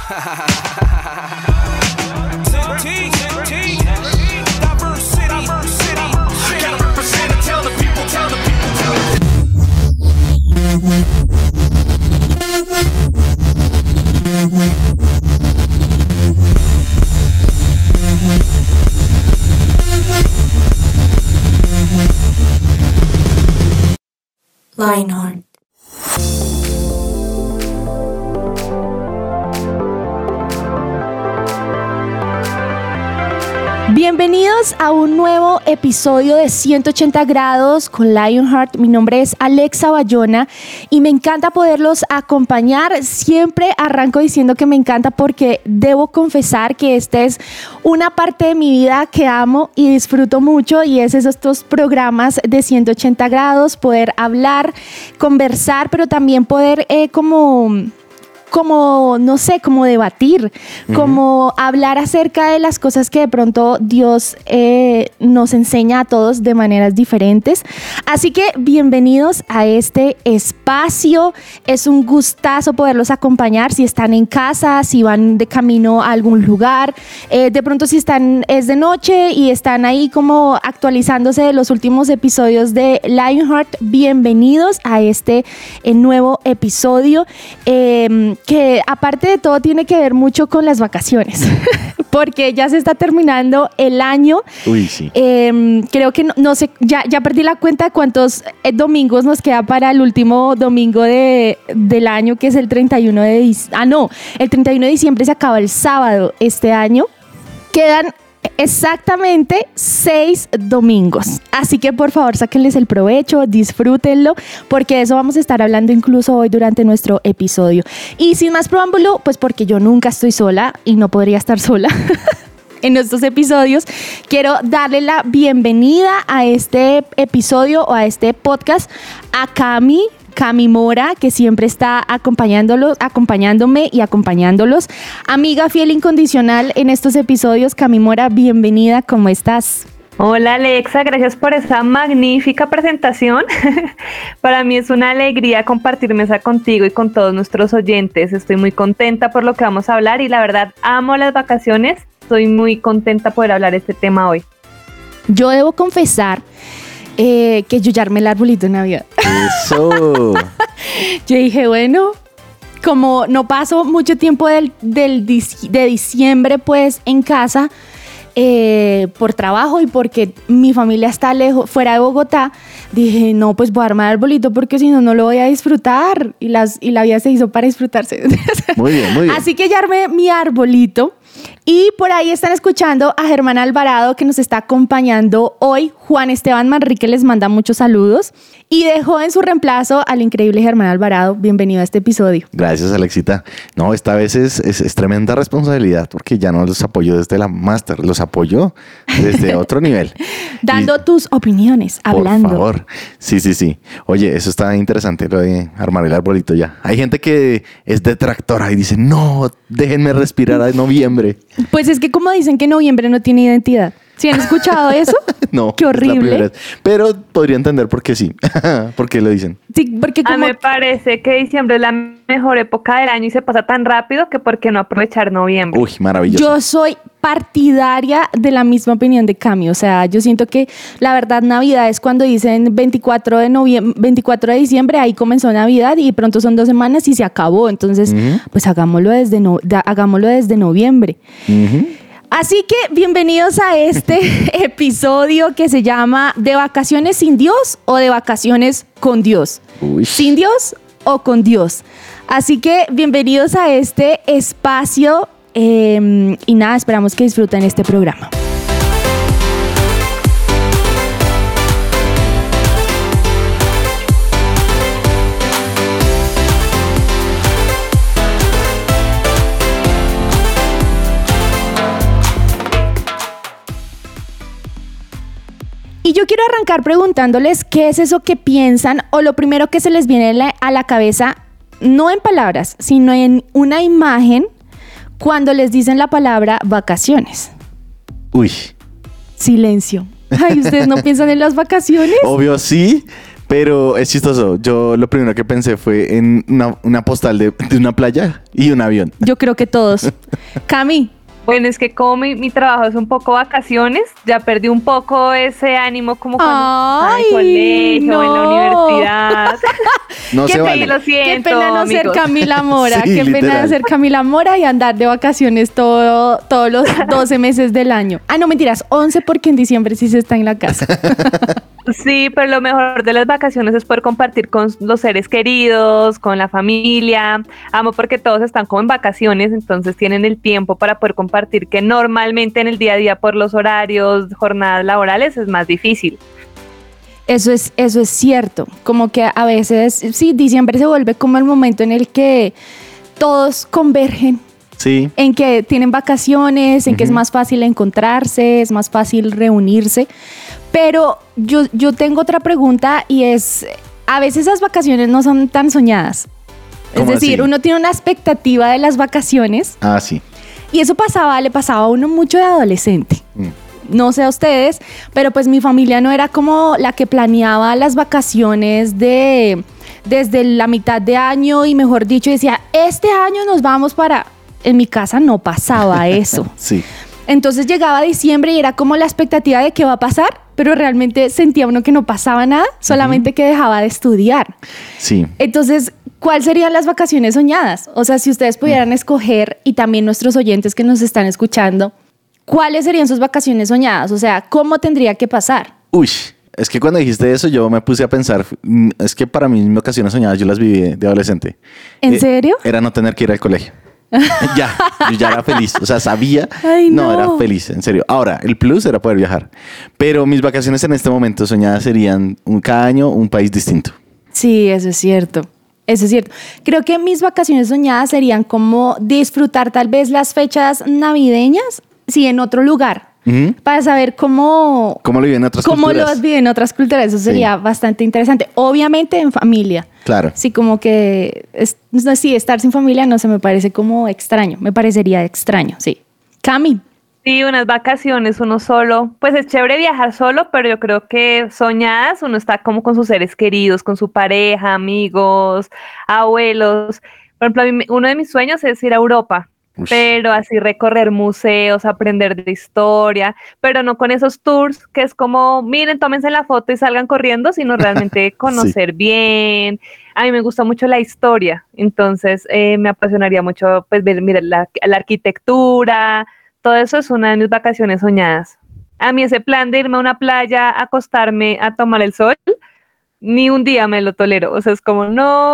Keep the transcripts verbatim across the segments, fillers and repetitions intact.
Lionheart. Bienvenidos a un nuevo episodio de ciento ochenta grados con Lionheart. Mi nombre es Alexa Bayona y me encanta poderlos acompañar. Siempre arranco diciendo que me encanta porque debo confesar que esta es una parte de mi vida que amo y disfruto mucho, y es estos programas de ciento ochenta grados, poder hablar, conversar, pero también poder eh, como... como, no sé, como debatir, uh-huh. como hablar acerca de las cosas que de pronto Dios eh, nos enseña a todos de maneras diferentes. Así que bienvenidos a este espacio. Es un gustazo poderlos acompañar si están en casa, si van de camino a algún lugar, eh, de pronto si están, es de noche y están ahí como actualizándose de los últimos episodios de Lionheart. Bienvenidos a este eh, nuevo episodio. Eh, que aparte de todo tiene que ver mucho con las vacaciones, porque ya se está terminando el año. Uy, sí. Eh, creo que no, no sé, ya, ya perdí la cuenta de cuántos eh, domingos nos queda para el último domingo de, del año, que es el treinta y uno de diciembre. Ah, no, el treinta y uno de diciembre se acaba el sábado este año. Quedan exactamente seis domingos. Así que por favor sáquenles el provecho, disfrútenlo, porque de eso vamos a estar hablando incluso hoy durante nuestro episodio. Y sin más preámbulo, pues porque yo nunca estoy sola y no podría estar sola en estos episodios, quiero darle la bienvenida a este episodio o a este podcast a Cami. Cami Mora, que siempre está acompañándolos, acompañándome y acompañándolos. Amiga fiel incondicional en estos episodios. Cami Mora, bienvenida, ¿cómo estás? Hola Alexa, gracias por esa magnífica presentación. Para mí es una alegría compartir mesa contigo y con todos nuestros oyentes. Estoy muy contenta por lo que vamos a hablar y la verdad amo las vacaciones. Estoy muy contenta por hablar este tema hoy. Yo debo confesar Eh, que yo ya armé el arbolito de Navidad. Eso. Yo dije, bueno, como no paso mucho tiempo del, del, de diciembre pues en casa eh, por trabajo y porque mi familia está lejos, fuera de Bogotá, dije, no, pues voy a armar el arbolito porque si no, no lo voy a disfrutar. Y, las, y la vida se hizo para disfrutarse. Muy bien, muy bien. Así que ya armé mi arbolito. Y por ahí están escuchando a Germán Alvarado, que nos está acompañando hoy. Juan Esteban Manrique les manda muchos saludos y dejó en su reemplazo al increíble Germán Alvarado. Bienvenido a este episodio. Gracias, Alexita. No, esta vez es, es, es tremenda responsabilidad porque ya no los apoyo desde la máster, los apoyo desde otro nivel. Dando y, tus opiniones, hablando. Por favor. Sí, sí, sí. Oye, eso está interesante, lo de armar el arbolito ya. Hay gente que es detractora y dice, no, déjenme respirar a noviembre. Pues es que como dicen que noviembre no tiene identidad. ¿Sí han escuchado eso? No. Qué horrible. Pero podría entender por qué sí. ¿Por qué lo dicen? Sí, porque como... A mí me parece que diciembre es la mejor época del año y se pasa tan rápido que ¿por qué no aprovechar noviembre? Uy, maravilloso. Yo soy partidaria de la misma opinión de Cami. O sea, yo siento que la verdad Navidad es cuando dicen veinticuatro de noviembre, veinticuatro de diciembre, ahí comenzó Navidad y pronto son dos semanas y se acabó. Entonces, uh-huh. pues hagámoslo desde, no, da, hagámoslo desde noviembre. Uh-huh. Así que bienvenidos a este episodio que se llama ¿De vacaciones sin Dios o de vacaciones con Dios? Uy. ¿Sin Dios o con Dios? Así que bienvenidos a este espacio eh, y nada, esperamos que disfruten este programa. Y yo quiero arrancar preguntándoles qué es eso que piensan o lo primero que se les viene a la cabeza, no en palabras, sino en una imagen cuando les dicen la palabra vacaciones. Uy. Silencio. Ay, ¿ustedes no piensan en las vacaciones? Obvio sí, Pero es chistoso. Yo lo primero que pensé fue en una, una postal de, de una playa y un avión. Yo creo que todos. Cami. Bueno, es que como mi, mi trabajo es un poco vacaciones, ya perdí un poco ese ánimo como cuando estaba en el colegio, no. en la universidad. No Qué se pena, vale. lo siento, Qué pena no amigos. ser Camila Mora. Sí, Qué pena literal. ser Camila Mora y andar de vacaciones todo, todos los doce meses del año. Ah, no, mentiras, once porque en diciembre sí se está en la casa. Sí, pero lo mejor de las vacaciones es poder compartir con los seres queridos, con la familia. Amo porque todos están como en vacaciones, entonces tienen el tiempo para poder compartir, que normalmente en el día a día por los horarios, jornadas laborales es más difícil. Eso es, eso es cierto. Como que a veces, sí, diciembre se vuelve como el momento en el que todos convergen. Sí. En que tienen vacaciones, en que es Ujú. más fácil encontrarse, es más fácil reunirse. Pero yo, yo tengo otra pregunta y es, a veces esas vacaciones no son tan soñadas. Es ¿Cómo decir, así? uno tiene una expectativa de las vacaciones Ah, sí. y eso pasaba, le pasaba a uno mucho de adolescente. Mm. No sé a ustedes, pero pues mi familia no era como la que planeaba las vacaciones de desde la mitad de año y mejor dicho decía, este año nos vamos para... En mi casa no pasaba eso. Sí. Entonces llegaba diciembre y era como la expectativa de qué va a pasar, pero realmente sentía uno que no pasaba nada, solamente que dejaba de estudiar. Sí. Entonces, ¿cuáles serían las vacaciones soñadas? O sea, si ustedes pudieran escoger, y también nuestros oyentes que nos están escuchando, ¿cuáles serían sus vacaciones soñadas? O sea, ¿cómo tendría que pasar? Uy, es que cuando dijiste eso yo me puse a pensar, mm, es que para mí mis vacaciones soñadas yo las viví de, de adolescente. ¿En Eh, serio? Era no tener que ir al colegio. Ya, yo ya era feliz. O sea, sabía. Ay, no. no. Era feliz, en serio. Ahora, el plus era poder viajar. Pero mis vacaciones en este momento soñadas serían un, cada año un país distinto. Sí, eso es cierto. Eso es cierto. Creo que mis vacaciones soñadas serían como disfrutar tal vez las fechas navideñas, sí, en otro lugar, Ujú. para saber cómo, ¿Cómo lo viven otras cómo culturas? lo viven otras culturas. Eso sería bastante interesante. Obviamente en familia. Claro. Sí, como que, es, no, sí, estar sin familia no se me parece como extraño. Me parecería extraño, sí. Cami. Sí, unas vacaciones, uno solo, pues es chévere viajar solo, pero yo creo que soñadas uno está como con sus seres queridos, con su pareja, amigos, abuelos. Por ejemplo, a mí me- uno de mis sueños es ir a Europa, Ush. pero así recorrer museos, aprender de historia, pero no con esos tours que es como, miren, tómense la foto y salgan corriendo, sino realmente conocer bien. A mí me gusta mucho la historia, entonces eh, me apasionaría mucho pues ver, mira, la, la arquitectura, todo eso es una de mis vacaciones soñadas. A mí ese plan de irme a una playa, acostarme a tomar el sol, ni un día me lo tolero. O sea, es como, no.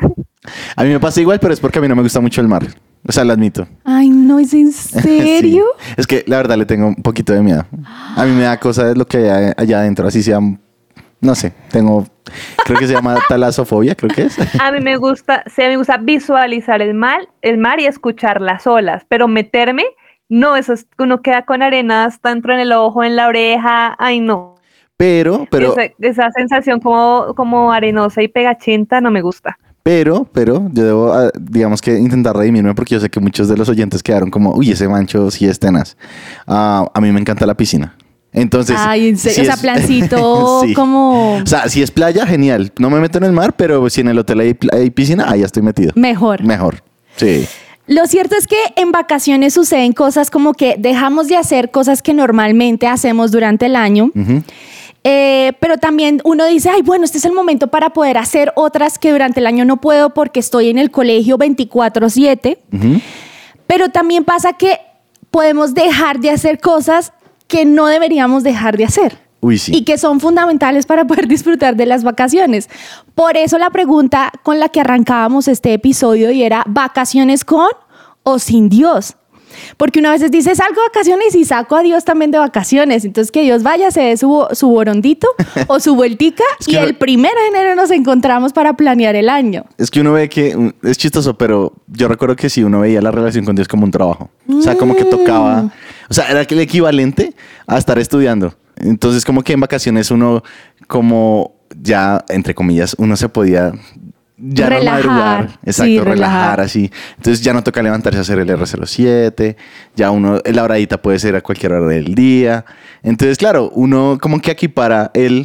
A mí me pasa igual, pero es porque a mí no me gusta mucho el mar. O sea, lo admito. Ay, no, ¿es en serio? Sí. Es que la verdad le tengo un poquito de miedo. A mí me da cosa de lo que hay allá adentro, así sea, no sé, tengo, creo que se llama talasofobia, creo que es. A mí me gusta, sí, a mí me gusta visualizar el mar, el mar y escuchar las olas, pero meterme, no, eso es, uno queda con arena hasta dentro en el ojo, en la oreja, ay no. Pero, pero, esa, esa sensación como, como arenosa y pegachenta no me gusta. pero, pero, yo debo, ah, digamos que intentar redimirme porque yo sé que muchos de los oyentes quedaron como, uy, ese mancho sí es tenaz. Ah, a mí me encanta la piscina. Entonces, Ay, en serio, si o sea, es- plancito Sí. como O sea, si es playa, genial. No me meto en el mar, pero si en el hotel hay, pl- hay piscina, ahí ya estoy metido. mejor. Mejor. Sí. Lo cierto es que en vacaciones suceden cosas como que dejamos de hacer cosas que normalmente hacemos durante el año. Ujú. Eh, pero también uno dice, ay, bueno, este es el momento para poder hacer otras que durante el año no puedo porque estoy en el colegio veinticuatro siete. Ujú. Pero también pasa que podemos dejar de hacer cosas que no deberíamos dejar de hacer. Uy, sí. Y que son fundamentales para poder disfrutar de las vacaciones. Por eso la pregunta con la que arrancábamos este episodio y era, ¿vacaciones con o sin Dios? Porque una vez dice, salgo de vacaciones y saco a Dios también de vacaciones. Entonces que Dios vaya, se dé su, su borondito o su vueltica Es que y no- el primero de enero nos encontramos para planear el año. Es que uno ve que mm, es chistoso, pero yo recuerdo que sí, uno veía la relación con Dios como un trabajo. O sea, como que tocaba, o sea, era el equivalente a estar estudiando. Entonces, como que en vacaciones uno, como ya, entre comillas, uno se podía ya Relajar. no madrugar. Exacto, Sí, relajar. relajar. así. Entonces ya no toca levantarse a hacer el R cero siete, ya uno, la horadita puede ser a cualquier hora del día. Entonces, claro, uno como que aquí para el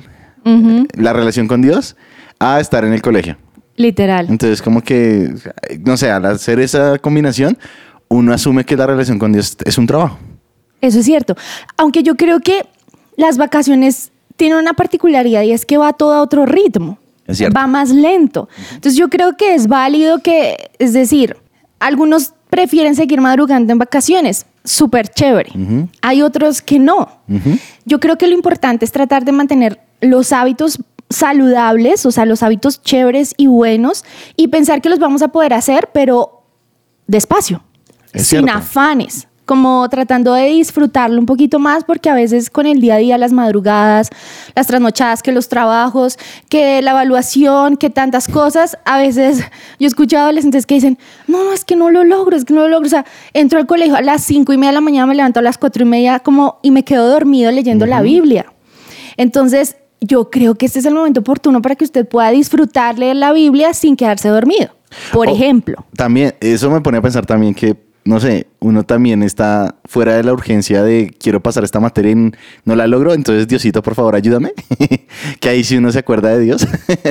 Uh-huh. la relación con Dios, a estar en el colegio. Literal. Entonces, como que, no sé, al hacer esa combinación, uno asume que la relación con Dios es un trabajo. Eso es cierto. Aunque yo creo que las vacaciones tienen una particularidad y es que va todo a otro ritmo. Es cierto. Va más lento. Entonces yo creo que es válido que, es decir, algunos prefieren seguir madrugando en vacaciones. Súper chévere. Uh-huh. Hay otros que no. Uh-huh. Yo creo que lo importante es tratar de mantener los hábitos saludables, o sea, los hábitos chéveres y buenos, y pensar que los vamos a poder hacer, pero despacio, Es sin cierto. afanes, como tratando de disfrutarlo un poquito más, porque a veces con el día a día, las madrugadas, las trasnochadas, que los trabajos, que la evaluación, que tantas cosas, a veces yo he escuchado adolescentes que dicen, no, no, es que no lo logro, es que no lo logro, o sea, entro al colegio a las cinco y media de la mañana, me levanto a las cuatro y media como, y me quedo dormido leyendo uh-huh. la Biblia. Entonces, yo creo que este es el momento oportuno para que usted pueda disfrutar leer la Biblia sin quedarse dormido, por oh, ejemplo. También, eso me pone a pensar también que, no sé, uno también está fuera de la urgencia de quiero pasar esta materia y no la logro, entonces Diosito, por favor, ayúdame. Que ahí sí uno se acuerda de Dios.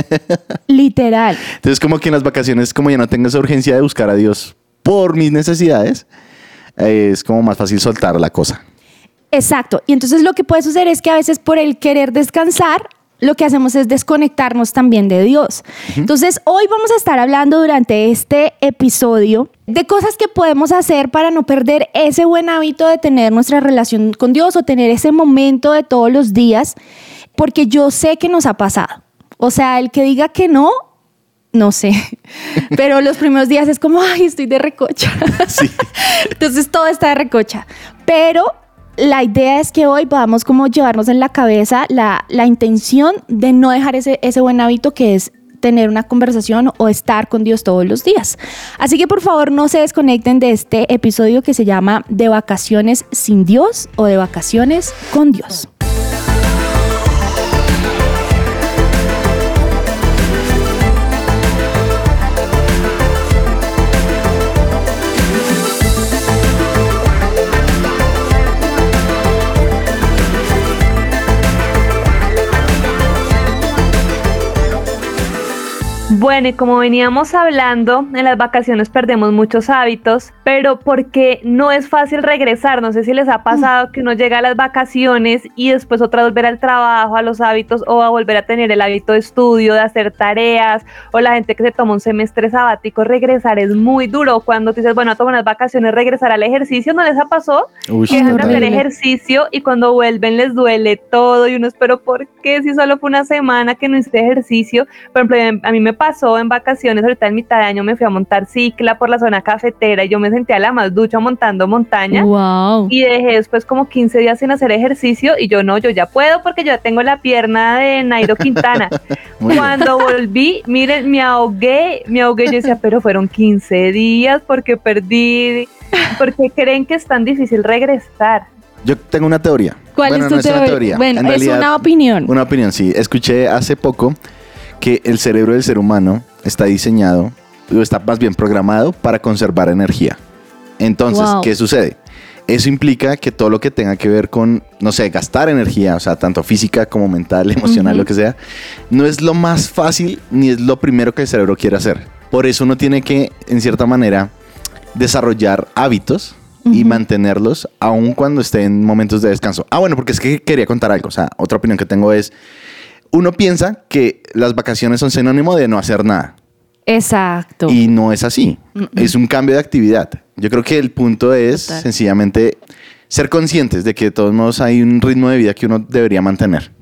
Literal. Entonces, como que en las vacaciones, como ya no tengo esa urgencia de buscar a Dios por mis necesidades, eh, es como más fácil soltar la cosa. Exacto. Y entonces lo que puede suceder es que a veces por el querer descansar, lo que hacemos es desconectarnos también de Dios. Uh-huh. Entonces, hoy vamos a estar hablando durante este episodio de cosas que podemos hacer para no perder ese buen hábito de tener nuestra relación con Dios o tener ese momento de todos los días, porque yo sé que nos ha pasado. O sea, el que diga que no, no sé, pero los primeros días es como, ay, estoy de recocha. Sí. Entonces, todo está de recocha. Pero la idea es que hoy podamos como llevarnos en la cabeza la, la intención de no dejar ese, ese buen hábito que es tener una conversación o estar con Dios todos los días. Así que por favor no se desconecten de este episodio que se llama De vacaciones sin Dios o de vacaciones con Dios. Bueno, y como veníamos hablando, en las vacaciones perdemos muchos hábitos, pero porque no es fácil regresar. No sé si les ha pasado que uno llega a las vacaciones y después otra vez volver al trabajo, a los hábitos, o a volver a tener el hábito de estudio, de hacer tareas, o la gente que se toma un semestre sabático, regresar es muy duro. Cuando te dices, bueno, tomo unas vacaciones, regresar al ejercicio, ¿no les ha pasado? Uy, que dejan de hacer ejercicio y cuando vuelven les duele todo y uno es, pero ¿por qué? Si solo fue una semana que no hice ejercicio. Por ejemplo, a mí me pasó en vacaciones, ahorita en mitad de año me fui a montar cicla por la zona cafetera y yo me sentía la más ducha montando montaña. Wow. Y dejé después como quince días sin hacer ejercicio y yo no, yo ya puedo porque yo ya tengo la pierna de Nairo Quintana. Cuando volví, miren, me ahogué, me ahogué, yo decía, pero fueron quince días porque perdí, porque creen que es tan difícil regresar. Yo tengo una teoría. ¿Cuál bueno, es tu no teoría? Es una teoría. Bueno, en es realidad, una opinión. Una opinión, sí. Escuché hace poco que el cerebro del ser humano está diseñado, o está más bien programado para conservar energía. Entonces, wow. ¿Qué sucede? Eso implica que todo lo que tenga que ver con, no sé, gastar energía, o sea, tanto física como mental, emocional, uh-huh. lo que sea, no es lo más fácil ni es lo primero que el cerebro quiere hacer. Por eso uno tiene que, en cierta manera, desarrollar hábitos uh-huh. y mantenerlos aun cuando esté en momentos de descanso. Ah, bueno, porque es que quería contar algo. O sea, otra opinión que tengo es, uno piensa que las vacaciones son sinónimo de no hacer nada. Exacto. Y no es así. Uh-uh. Es un cambio de actividad. Yo creo que el punto es Total. sencillamente ser conscientes de que de todos modos hay un ritmo de vida que uno debería mantener.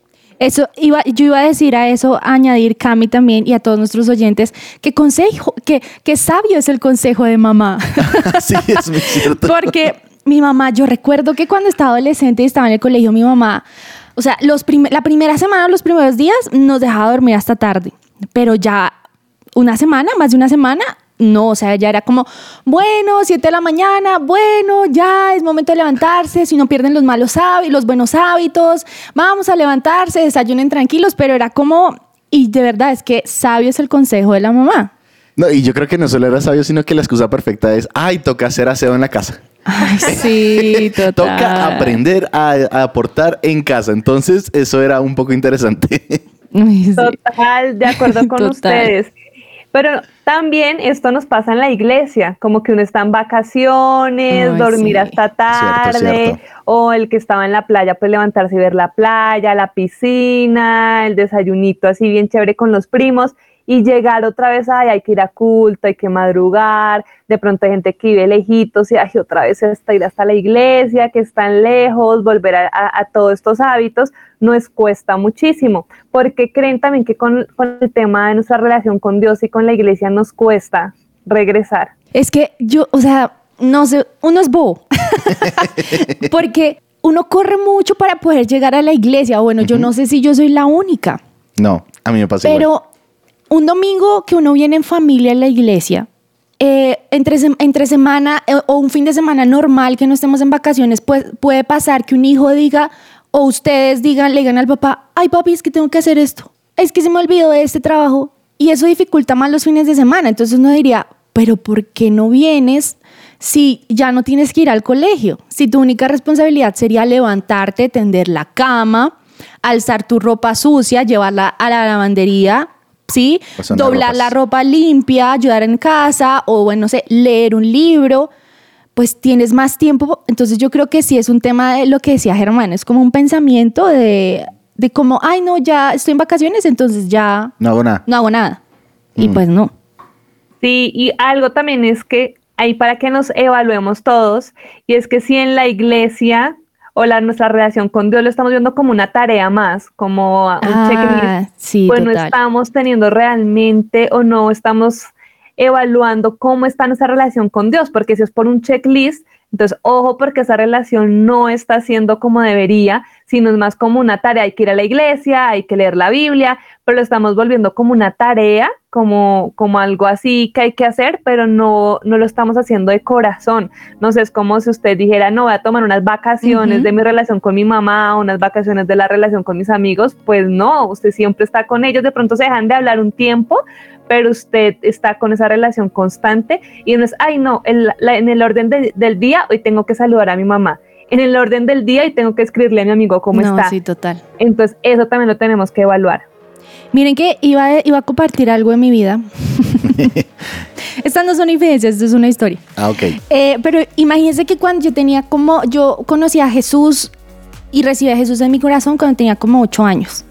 Eso iba, yo iba a decir a eso, a añadir, Cami, también, y a todos nuestros oyentes, que consejo, que, que sabio es el consejo de mamá. Sí, es muy cierto. Porque mi mamá, yo recuerdo que cuando estaba adolescente y estaba en el colegio, mi mamá, o sea, los prim- la primera semana, los primeros días, nos dejaba dormir hasta tarde, pero ya una semana, más de una semana, no, o sea, ya era como, bueno, siete de la mañana, bueno, ya es momento de levantarse, si no pierden los malos hábitos, los buenos hábitos, vamos a levantarse, desayunen tranquilos, pero era como, y de verdad es que sabio es el consejo de la mamá. No, y yo creo que no solo era sabio, sino que la excusa perfecta es, ay, toca hacer aseo en la casa. Ay, sí, total. Toca aprender a, a aportar en casa. Entonces, eso era un poco interesante. Ay, sí. Total, de acuerdo con Total. ustedes. Pero también esto nos pasa en la iglesia, como que uno está en vacaciones, Ay, dormir sí. hasta tarde, Cierto, cierto. o el que estaba en la playa, pues levantarse y ver la playa, la piscina, el desayunito así bien chévere con los primos, y llegar otra vez, ay, hay que ir a culto, hay que madrugar, de pronto hay gente que vive lejitos y ay, otra vez hasta ir hasta la iglesia, que están lejos, volver a, a, a todos estos hábitos, nos cuesta muchísimo, porque creen también que con, con el tema de nuestra relación con Dios y con la iglesia nos cuesta regresar. Es que yo, o sea, no sé, uno es bobo. Porque uno corre mucho para poder llegar a la iglesia. Bueno, yo no sé si yo soy la única. No, a mí me pasa igual. Pero un domingo que uno viene en familia a la iglesia, eh, entre, sem- entre semana eh, o un fin de semana normal que no estemos en vacaciones, pues puede pasar que un hijo diga o ustedes digan, le digan al papá, ay papi, es que tengo que hacer esto, es que se me olvidó de este trabajo, y eso dificulta más los fines de semana. Entonces uno diría, pero ¿por qué no vienes si ya no tienes que ir al colegio? Si tu única responsabilidad sería levantarte, tender la cama, alzar tu ropa sucia, llevarla a la lavandería, ¿sí? Pasar las Doblar ropas. la ropa limpia, ayudar en casa o, bueno, no sé, leer un libro, pues tienes más tiempo. Entonces yo creo que sí es un tema de lo que decía Germán, es como un pensamiento de, de como, ay, no, ya estoy en vacaciones, entonces ya No hago nada. no hago nada. Y Mm. pues no. Sí, y algo también es que ahí para que nos evaluemos todos, y es que si en la iglesia o la, nuestra relación con Dios lo estamos viendo como una tarea más, como un Ah, checklist, sí, pues no total. estamos teniendo realmente o no estamos evaluando cómo está nuestra relación con Dios, porque si es por un checklist, entonces ojo, porque esa relación no está siendo como debería, sino es más como una tarea, hay que ir a la iglesia, hay que leer la Biblia, pero lo estamos volviendo como una tarea, como, como algo así que hay que hacer, pero no, no lo estamos haciendo de corazón. No sé, es como si usted dijera, no, voy a tomar unas vacaciones Ujú. de mi relación con mi mamá, unas vacaciones de la relación con mis amigos, pues no, usted siempre está con ellos, de pronto se dejan de hablar un tiempo, pero usted está con esa relación constante y no es, ay no, el, la, en el orden de, del día hoy tengo que saludar a mi mamá, en el orden del día y tengo que escribirle a mi amigo cómo no, está. sí, total. Entonces eso también lo tenemos que evaluar. Miren que iba, a- iba a compartir algo de mi vida. Estas no son infidencias, esto es una historia. Ah, ok. Eh, pero imagínense que cuando yo tenía como, yo conocí a Jesús y recibí a Jesús en mi corazón cuando tenía como ocho años.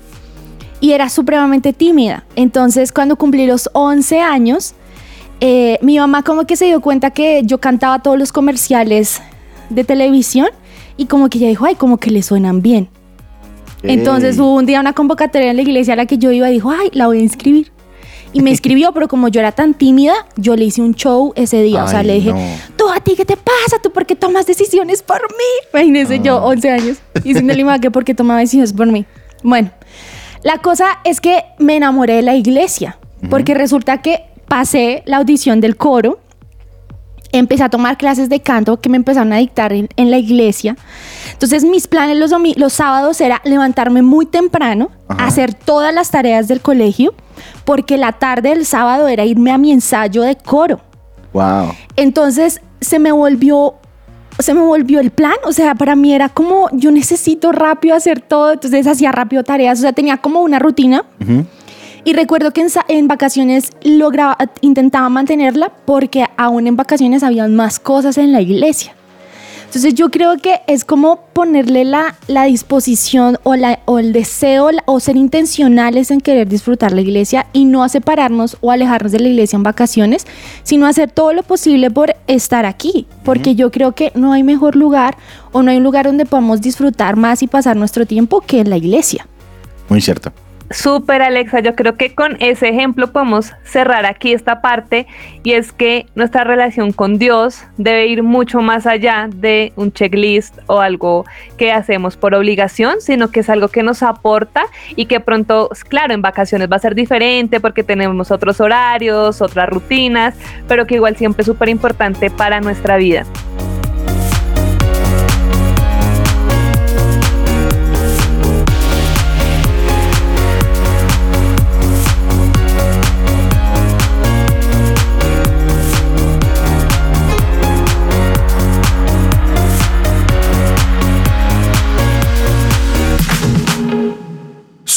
Y era supremamente tímida. Entonces, cuando cumplí los once años, eh, mi mamá como que se dio cuenta que yo cantaba todos los comerciales de televisión y como que ella dijo, ay, como que le suenan bien. Entonces Ey. hubo un día una convocatoria en la iglesia a la que yo iba y dijo, ay, la voy a inscribir. Y me inscribió, pero como yo era tan tímida, yo le hice un show ese día. O sea, Ay, le dije, no. tú a ti, ¿qué te pasa? ¿Tú por qué tomas decisiones por mí? Imagínense yo, once años, diciéndole a mi mamá que por qué tomaba decisiones por mí. Bueno, la cosa es que me enamoré de la iglesia, porque resulta que pasé la audición del coro, empecé a tomar clases de canto que me empezaron a dictar en, en la iglesia. Entonces mis planes los, domi- los sábados era levantarme muy temprano, Ajá. hacer todas las tareas del colegio, porque la tarde del sábado era irme a mi ensayo de coro. Wow. Entonces se me volvió, se me volvió el plan. O sea, para mí era como, yo necesito rápido hacer todo. Entonces hacía rápido tareas. O sea, tenía como una rutina. Ujú. Y recuerdo que en, sa- en vacaciones lograba, intentaba mantenerla porque aún en vacaciones habían más cosas en la iglesia. Entonces yo creo que es como ponerle la, la disposición o, la, o el deseo la- o ser intencionales en querer disfrutar la iglesia y no a separarnos o alejarnos de la iglesia en vacaciones, sino hacer todo lo posible por estar aquí. Porque yo creo que no hay mejor lugar o no hay un lugar donde podamos disfrutar más y pasar nuestro tiempo que en la iglesia. Muy cierto. Súper, Alexa, yo creo que con ese ejemplo podemos cerrar aquí esta parte, y es que nuestra relación con Dios debe ir mucho más allá de un checklist o algo que hacemos por obligación, sino que es algo que nos aporta y que pronto, claro, en vacaciones va a ser diferente porque tenemos otros horarios, otras rutinas, pero que igual siempre es súper importante para nuestra vida.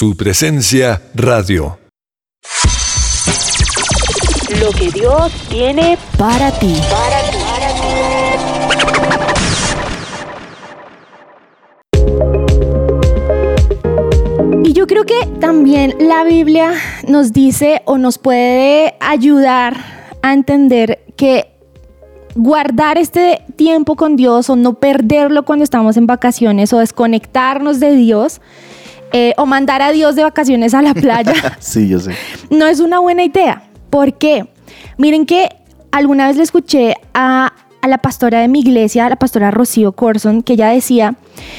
Su Presencia Radio. Lo que Dios tiene para ti. Para ti. Y yo creo que también la Biblia nos dice o nos puede ayudar a entender que guardar este tiempo con Dios o no perderlo cuando estamos en vacaciones o desconectarnos de Dios eh, o mandar a Dios de vacaciones a la playa. Sí, yo sé. No es una buena idea. ¿Por qué? Miren que alguna vez le escuché a, a la pastora de mi iglesia, a la pastora Rocío Corson, que ella decía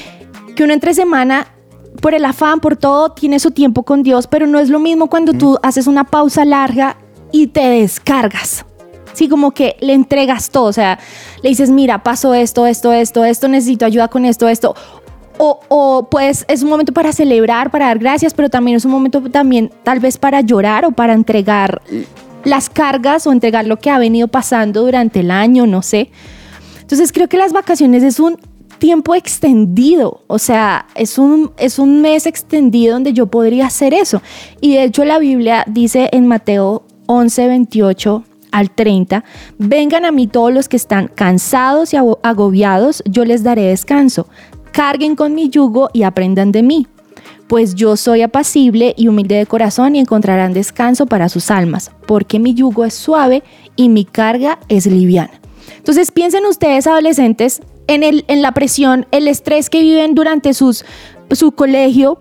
que uno entre semana, por el afán, por todo, tiene su tiempo con Dios, pero no es lo mismo cuando mm. tú haces una pausa larga y te descargas. Sí, como que le entregas todo, o sea, le dices, mira, pasó esto, esto, esto, esto, necesito ayuda con esto, esto. O, o pues es un momento para celebrar, para dar gracias, pero también es un momento también tal vez para llorar o para entregar las cargas o entregar lo que ha venido pasando durante el año, no sé. Entonces creo que las vacaciones es un tiempo extendido, o sea, es un, es un mes extendido donde yo podría hacer eso. Y de hecho la Biblia dice en Mateo once, veintiocho al treinta, vengan a mí todos los que están cansados y agobiados, yo les daré descanso. Carguen con mi yugo y aprendan de mí, pues yo soy apacible y humilde de corazón y encontrarán descanso para sus almas, porque mi yugo es suave y mi carga es liviana. Entonces piensen ustedes, adolescentes, en, el, en la presión, el estrés que viven durante sus, su colegio.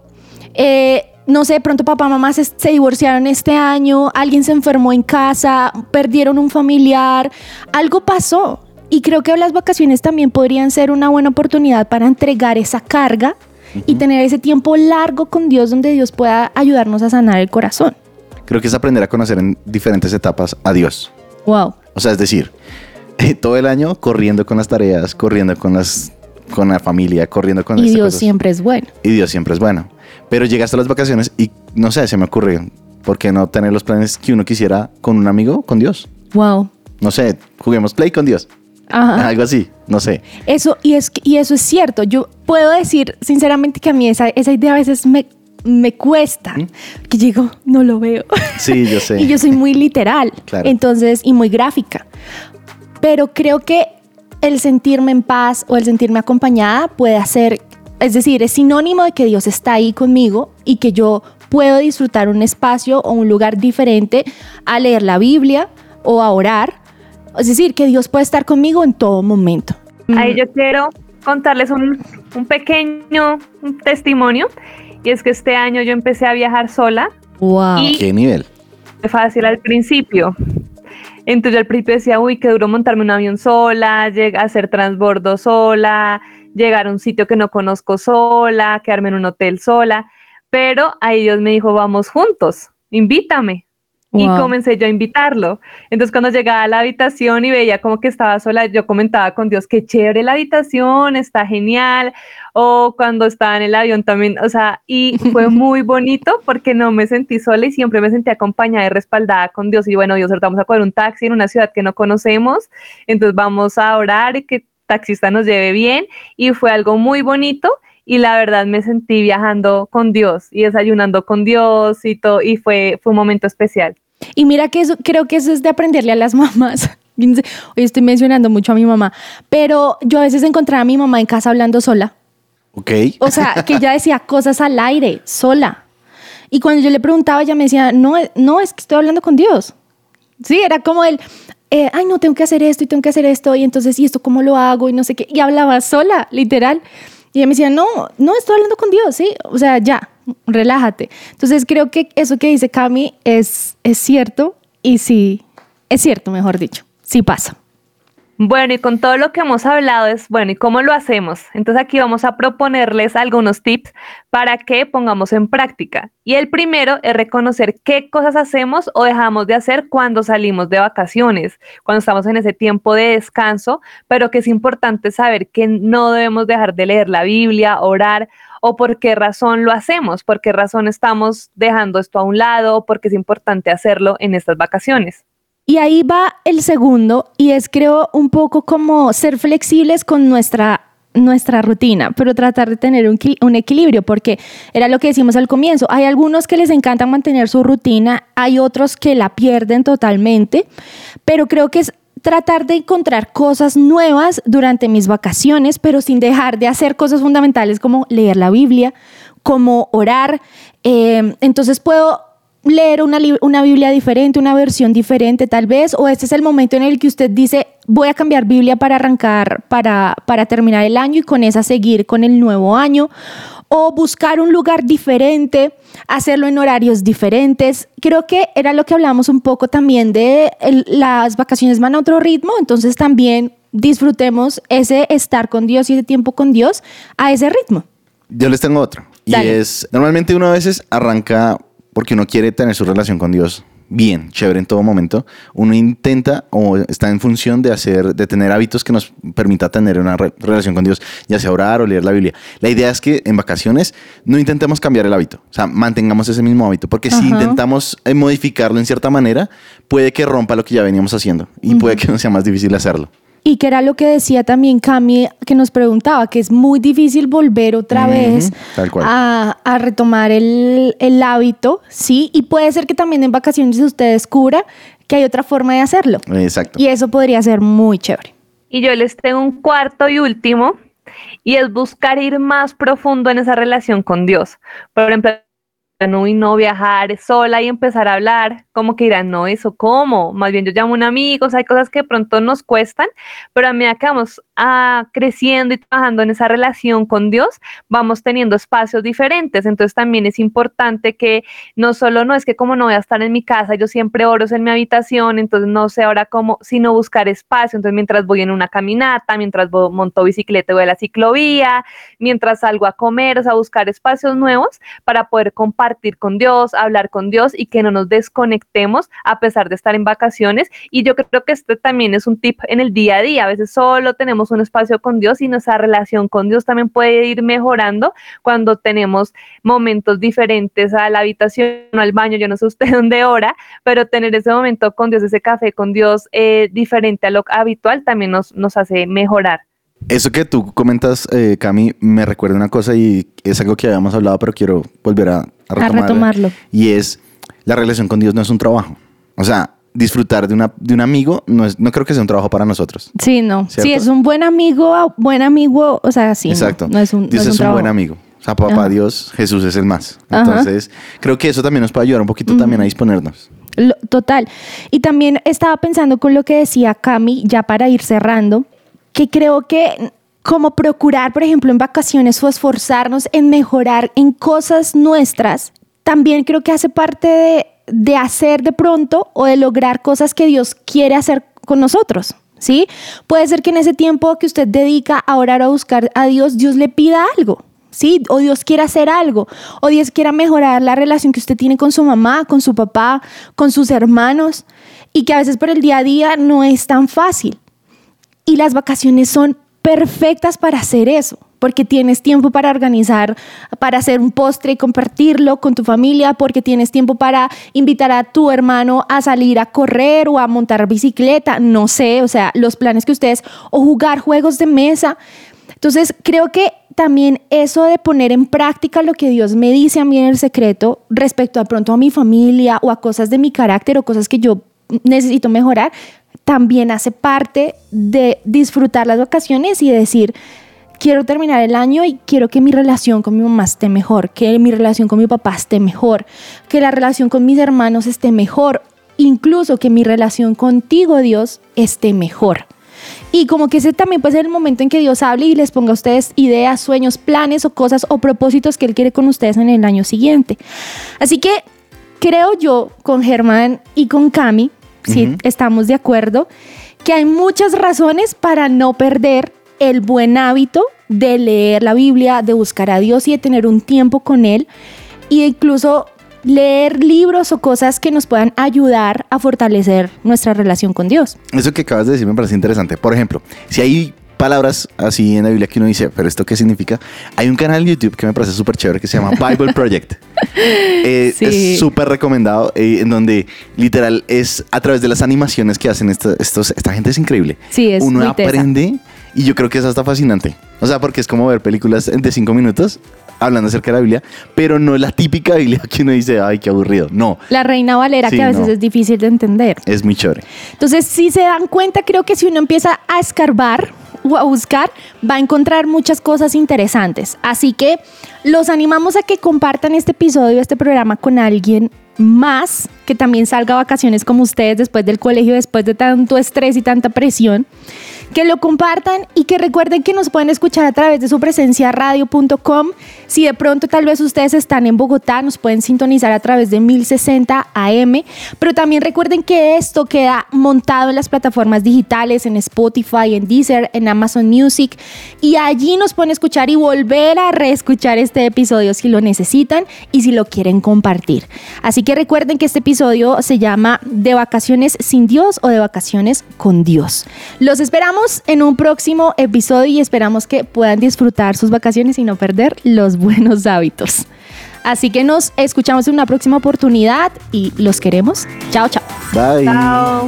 eh, No sé, de pronto papá, mamá se, se divorciaron este año, alguien se enfermó en casa, perdieron un familiar, algo pasó. Y creo que las vacaciones también podrían ser una buena oportunidad para entregar esa carga uh-huh. y tener ese tiempo largo con Dios donde Dios pueda ayudarnos a sanar el corazón. Creo que es aprender a conocer en diferentes etapas a Dios. Wow. O sea, es decir, eh, todo el año corriendo con las tareas, corriendo con las... con la familia, corriendo con y estas Dios cosas. siempre es bueno. Y Dios siempre es bueno. Pero llegaste a las vacaciones y, no sé, se me ocurre, ¿por qué no tener los planes que uno quisiera con un amigo, con Dios? Wow. No sé, juguemos Play con Dios. Ajá. Algo así, no sé. Eso, y, es, y eso es cierto. Yo puedo decir, sinceramente, que a mí esa, esa idea a veces me, me cuesta. ¿Mm? Que digo, no lo veo. Sí, yo sé. Y yo soy muy literal. Claro. Entonces, y muy gráfica. Pero creo que el sentirme en paz o el sentirme acompañada puede hacer, es decir, es sinónimo de que Dios está ahí conmigo y que yo puedo disfrutar un espacio o un lugar diferente a leer la Biblia o a orar. Es decir, que Dios puede estar conmigo en todo momento. Ahí yo quiero contarles un, un pequeño un testimonio, y es que este año yo empecé a viajar sola. Wow. Y ¿qué nivel? fue fácil al principio. Entonces yo al principio decía, uy, qué duro montarme un avión sola, llegar a hacer transbordo sola, llegar a un sitio que no conozco sola, quedarme en un hotel sola. Pero ahí Dios me dijo, vamos juntos, invítame. Wow. Y comencé yo a invitarlo. Entonces cuando llegaba a la habitación y veía como que estaba sola, yo comentaba con Dios, qué chévere la habitación, está genial. O cuando estaba en el avión también, o sea, y fue muy bonito porque no me sentí sola y siempre me sentí acompañada y respaldada con Dios. Y bueno, Dios, ahorita vamos a coger un taxi en una ciudad que no conocemos, entonces vamos a orar y que el taxista nos lleve bien. Y fue algo muy bonito. Y la verdad me sentí viajando con Dios y desayunando con Dios y todo, y fue, fue un momento especial. Y mira que eso, creo que eso es de aprenderle a las mamás. Hoy estoy mencionando mucho a mi mamá, pero yo a veces encontraba a mi mamá en casa hablando sola. Ok. O sea, que ella decía cosas al aire, sola. Y cuando yo le preguntaba, ella me decía, no, no, es que estoy hablando con Dios. Sí, era como el, eh, ay, no, tengo que hacer esto y tengo que hacer esto, y entonces, ¿y esto cómo lo hago? Y no sé qué. Y hablaba sola, literal. Y ella me decía, no, no, estoy hablando con Dios, ¿sí? O sea, ya, relájate. Entonces creo que eso que dice Cami es, es cierto, y sí, es cierto, mejor dicho, sí pasa. Bueno, y con todo lo que hemos hablado es, bueno, ¿y cómo lo hacemos? Entonces aquí vamos a proponerles algunos tips para que pongamos en práctica. Y el primero es reconocer qué cosas hacemos o dejamos de hacer cuando salimos de vacaciones, cuando estamos en ese tiempo de descanso, pero que es importante saber que no debemos dejar de leer la Biblia, orar, o por qué razón lo hacemos, por qué razón estamos dejando esto a un lado, o por qué es importante hacerlo en estas vacaciones. Y ahí va el segundo, y es creo un poco como ser flexibles con nuestra nuestra rutina, pero tratar de tener un, un equilibrio, porque era lo que decimos al comienzo. Hay algunos que les encanta mantener su rutina, hay otros que la pierden totalmente, pero creo que es tratar de encontrar cosas nuevas durante mis vacaciones, pero sin dejar de hacer cosas fundamentales como leer la Biblia, como orar. Eh, entonces puedo leer una, una Biblia diferente, una versión diferente tal vez, o este es el momento en el que usted dice, voy a cambiar Biblia para arrancar, para, para terminar el año y con esa seguir con el nuevo año, o buscar un lugar diferente, hacerlo en horarios diferentes. Creo que era lo que hablamos un poco también de el, las vacaciones van a otro ritmo, entonces también disfrutemos ese estar con Dios y ese tiempo con Dios a ese ritmo. Yo les tengo otro. Y Dale. es, normalmente uno a veces arranca porque uno quiere tener su relación con Dios bien, chévere en todo momento. Uno intenta o está en función de hacer, de tener hábitos que nos permita tener una re- relación con Dios, ya sea orar o leer la Biblia. La idea es que en vacaciones no intentemos cambiar el hábito, o sea, mantengamos ese mismo hábito, porque Ajá. si intentamos eh, modificarlo en cierta manera, puede que rompa lo que ya veníamos haciendo y uh-huh. puede que nos sea más difícil hacerlo. Y que era lo que decía también Cami, que nos preguntaba, que es muy difícil volver otra uh-huh, vez a, a retomar el, el hábito, ¿sí? Y puede ser que también en vacaciones usted descubra que hay otra forma de hacerlo. Exacto. Y eso podría ser muy chévere. Y yo les tengo un cuarto y último, y es buscar ir más profundo en esa relación con Dios. Por ejemplo, no, y no viajar sola y empezar a hablar, como que dirán, no, eso cómo, más bien yo llamo a un amigo, o sea, hay cosas que de pronto nos cuestan, pero a medida que vamos ah, creciendo y trabajando en esa relación con Dios, vamos teniendo espacios diferentes, entonces también es importante que no solo no es que como no voy a estar en mi casa, yo siempre oro en mi habitación, entonces no sé ahora cómo, sino buscar espacio, entonces mientras voy en una caminata, mientras voy, monto bicicleta, voy a la ciclovía, mientras salgo a comer, o sea, buscar espacios nuevos para poder compartir con Dios, hablar con Dios y que no nos desconectemos a pesar de estar en vacaciones. Y yo creo que este también es un tip en el día a día. A veces solo tenemos un espacio con Dios y nuestra relación con Dios también puede ir mejorando cuando tenemos momentos diferentes a la habitación o al baño. Yo no sé usted dónde ora, pero tener ese momento con Dios, ese café con Dios eh, diferente a lo habitual también nos, nos hace mejorar. Eso que tú comentas, eh, Cami, me recuerda una cosa y es algo que habíamos hablado, pero quiero volver a, a, retomar, a retomarlo. Y es, la relación con Dios no es un trabajo. O sea, disfrutar de, una, de un amigo no, es, no creo que sea un trabajo para nosotros. Sí, no. ¿Cierto? Sí, es un buen amigo, buen amigo, o sea, sí. Exacto. No, no es un, Dios no es un, es un buen amigo. O sea, papá Ajá. Dios, Jesús es el más. Entonces, Ajá. creo que eso también nos puede ayudar un poquito uh-huh. también a disponernos. Lo, total. Y también estaba pensando con lo que decía Cami, ya para ir cerrando, que creo que como procurar, por ejemplo, en vacaciones o esforzarnos en mejorar en cosas nuestras, también creo que hace parte de, de hacer de pronto o de lograr cosas que Dios quiere hacer con nosotros, ¿sí? Puede ser que en ese tiempo que usted dedica a orar o a buscar a Dios, Dios le pida algo, ¿sí? O Dios quiera hacer algo, o Dios quiera mejorar la relación que usted tiene con su mamá, con su papá, con sus hermanos, y que a veces por el día a día no es tan fácil. Y las vacaciones son perfectas para hacer eso, porque tienes tiempo para organizar, para hacer un postre y compartirlo con tu familia, porque tienes tiempo para invitar a tu hermano a salir a correr o a montar bicicleta, no sé, o sea, los planes que ustedes, o jugar juegos de mesa. Entonces, creo que también eso de poner en práctica lo que Dios me dice a mí en el secreto respecto a pronto a mi familia o a cosas de mi carácter o cosas que yo necesito mejorar, también hace parte de disfrutar las vacaciones y decir, quiero terminar el año y quiero que mi relación con mi mamá esté mejor, que mi relación con mi papá esté mejor, que la relación con mis hermanos esté mejor, incluso que mi relación contigo, Dios, esté mejor. Y como que ese también puede ser el momento en que Dios hable y les ponga a ustedes ideas, sueños, planes o cosas o propósitos que Él quiere con ustedes en el año siguiente. Así que creo yo, con Germán y con Cami, sí, uh-huh. estamos de acuerdo, que hay muchas razones para no perder el buen hábito de leer la Biblia, de buscar a Dios y de tener un tiempo con Él, y incluso leer libros o cosas que nos puedan ayudar a fortalecer nuestra relación con Dios. Eso que acabas de decir me parece interesante. Por ejemplo, si hay palabras así en la Biblia que uno dice, pero ¿esto qué significa? Hay un canal de YouTube que me parece súper chévere que se llama Bible Project. eh, sí. Es súper recomendado, eh, en donde literal es a través de las animaciones que hacen esto, estos, esta gente es increíble. Sí, es uno muy aprende tesa. Y yo creo que es hasta fascinante. O sea, porque es como ver películas de cinco minutos hablando acerca de la Biblia, pero no es la típica Biblia que uno dice, ay, qué aburrido. No. La Reina Valera, Sí, que a veces no. es difícil de entender. Es muy chévere. Entonces, si se dan cuenta, creo que si uno empieza a escarbar o a buscar, va a encontrar muchas cosas interesantes. Así que los animamos a que compartan este episodio, este programa con alguien más que también salga a vacaciones como ustedes después del colegio, después de tanto estrés y tanta presión. Que lo compartan y que recuerden que nos pueden escuchar a través de su presencia radio punto com. Si de pronto tal vez ustedes están en Bogotá, nos pueden sintonizar a través de mil sesenta A M. Pero también recuerden que esto queda montado en las plataformas digitales, en Spotify, en Deezer, en Amazon Music. Y allí nos pueden escuchar y volver a reescuchar este episodio si lo necesitan y si lo quieren compartir. Así que recuerden que este episodio se llama De vacaciones sin Dios o De vacaciones con Dios. Los esperamos en un próximo episodio y esperamos que puedan disfrutar sus vacaciones y no perder los buenos hábitos. Así que nos escuchamos en una próxima oportunidad y los queremos. Chao, chao. Bye. Chao.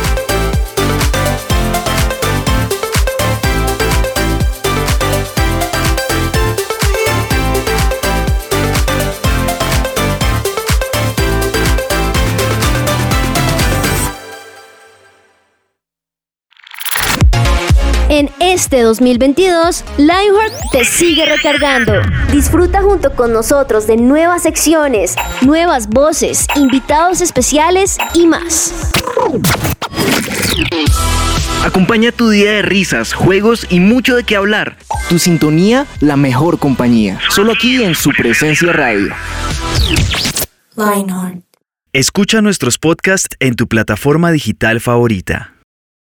En este dos mil veintidós, Lionheart te sigue recargando. Disfruta junto con nosotros de nuevas secciones, nuevas voces, invitados especiales y más. Acompaña tu día de risas, juegos y mucho de qué hablar. Tu sintonía, la mejor compañía. Solo aquí en su presencia radio. Lionheart. Escucha nuestros podcasts en tu plataforma digital favorita.